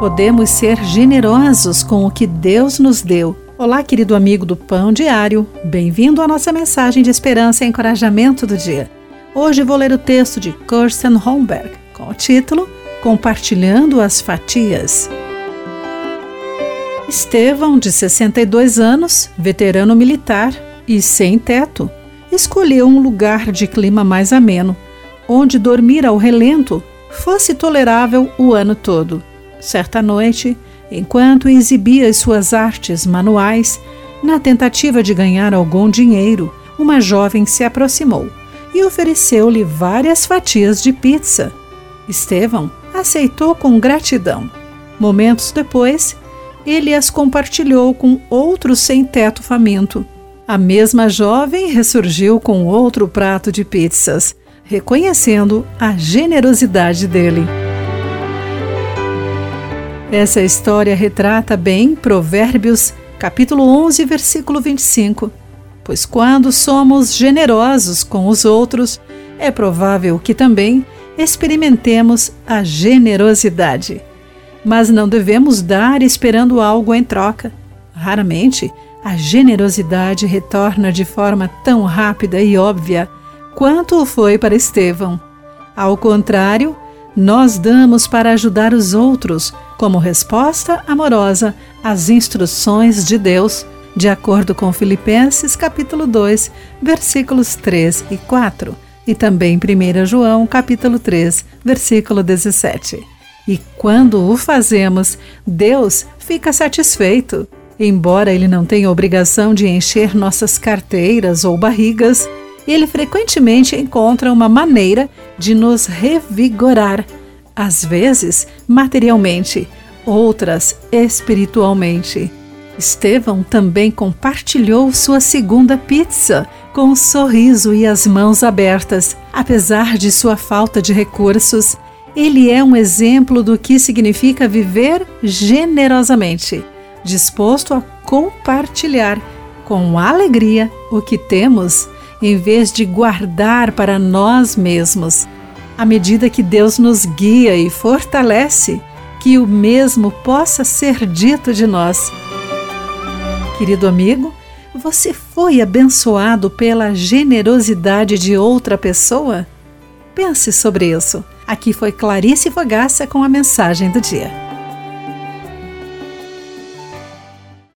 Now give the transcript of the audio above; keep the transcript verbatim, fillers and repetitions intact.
Podemos ser generosos com o que Deus nos deu. Olá, querido amigo do Pão Diário. Bem-vindo à nossa mensagem de esperança e encorajamento do dia. Hoje vou ler o texto de Kirsten Holmberg, com o título Compartilhando as Fatias. Estevão, de sessenta e dois anos, veterano militar e sem teto, escolheu um lugar de clima mais ameno, onde dormir ao relento fosse tolerável o ano todo. Certa noite, enquanto exibia as suas artes manuais, na tentativa de ganhar algum dinheiro, uma jovem se aproximou e ofereceu-lhe várias fatias de pizza. Estevão aceitou com gratidão. Momentos depois, ele as compartilhou com outro sem-teto faminto. A mesma jovem ressurgiu com outro prato de pizzas, reconhecendo a generosidade dele. Essa história retrata bem Provérbios, capítulo onze, versículo vinte e cinco. Pois quando somos generosos com os outros, é provável que também experimentemos a generosidade. Mas não devemos dar esperando algo em troca. Raramente, a generosidade retorna de forma tão rápida e óbvia quanto o foi para Estevão. Ao contrário, nós damos para ajudar os outros como resposta amorosa às instruções de Deus, de acordo com Filipenses capítulo dois, versículos três e quatro, e também primeira João capítulo três, versículo dezessete. E quando o fazemos, Deus fica satisfeito. Embora Ele não tenha obrigação de encher nossas carteiras ou barrigas, Ele frequentemente encontra uma maneira de nos revigorar, às vezes materialmente, outras espiritualmente. Estevão também compartilhou sua segunda pizza com um sorriso e as mãos abertas. Apesar de sua falta de recursos, ele é um exemplo do que significa viver generosamente, disposto a compartilhar com alegria o que temos, em vez de guardar para nós mesmos. À medida que Deus nos guia e fortalece, que o mesmo possa ser dito de nós. Querido amigo, você foi abençoado pela generosidade de outra pessoa? Pense sobre isso. Aqui foi Clarice Fogaça com a mensagem do dia.